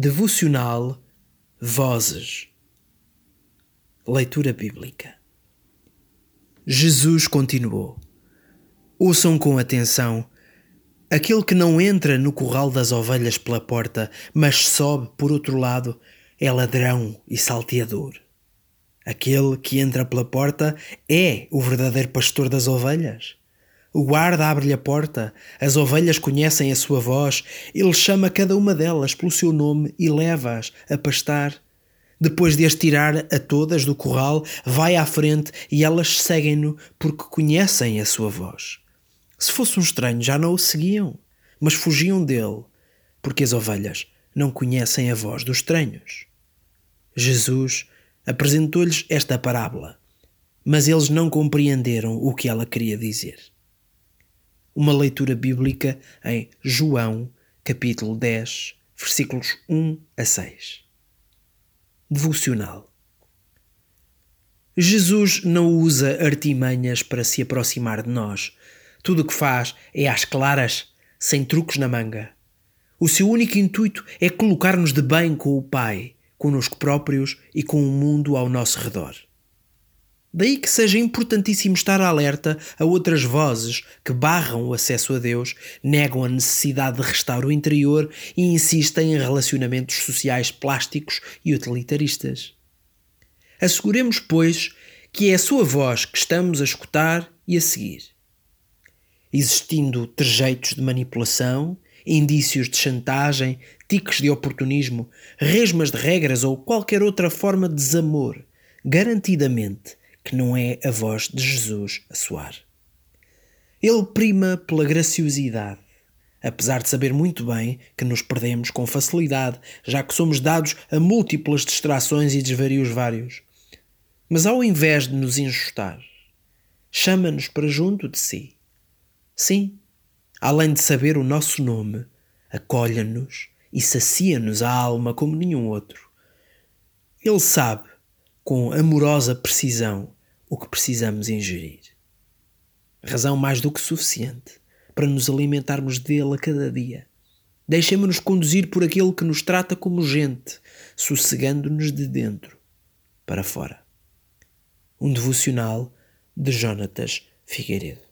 Devocional Vozes. Leitura bíblica. Jesus continuou: ouçam com atenção. Aquele que não entra no curral das ovelhas pela porta, mas sobe por outro lado, é ladrão e salteador. Aquele que entra pela porta é o verdadeiro pastor das ovelhas. O guarda abre-lhe a porta, as ovelhas conhecem a sua voz, ele chama cada uma delas pelo seu nome e leva-as a pastar. Depois de as tirar a todas do curral, vai à frente e elas seguem-no porque conhecem a sua voz. Se fosse um estranho já não o seguiam, mas fugiam dele, porque as ovelhas não conhecem a voz dos estranhos. Jesus apresentou-lhes esta parábola, mas eles não compreenderam o que ela queria dizer. Uma leitura bíblica em João, capítulo 10, versículos 1 a 6. Devocional. Jesus não usa artimanhas para se aproximar de nós. Tudo o que faz é às claras, sem truques na manga. O seu único intuito é colocar-nos de bem com o Pai, conosco próprios e com o mundo ao nosso redor. Daí que seja importantíssimo estar alerta a outras vozes que barram o acesso a Deus, negam a necessidade de restaurar o interior e insistem em relacionamentos sociais plásticos e utilitaristas. Asseguremos, pois, que é a sua voz que estamos a escutar e a seguir. Existindo trejeitos de manipulação, indícios de chantagem, tiques de oportunismo, resmas de regras ou qualquer outra forma de desamor, garantidamente que não é a voz de Jesus a soar. Ele prima pela graciosidade, apesar de saber muito bem que nos perdemos com facilidade, já que somos dados a múltiplas distrações e desvarios vários. Mas ao invés de nos enjustar, chama-nos para junto de si. Sim, além de saber o nosso nome, acolhe-nos e sacia-nos a alma como nenhum outro. Ele sabe, com amorosa precisão, o que precisamos ingerir. Razão mais do que suficiente para nos alimentarmos dele a cada dia. Deixemos-nos conduzir por aquele que nos trata como gente, sossegando-nos de dentro para fora. Um devocional de Jonatas Figueiredo.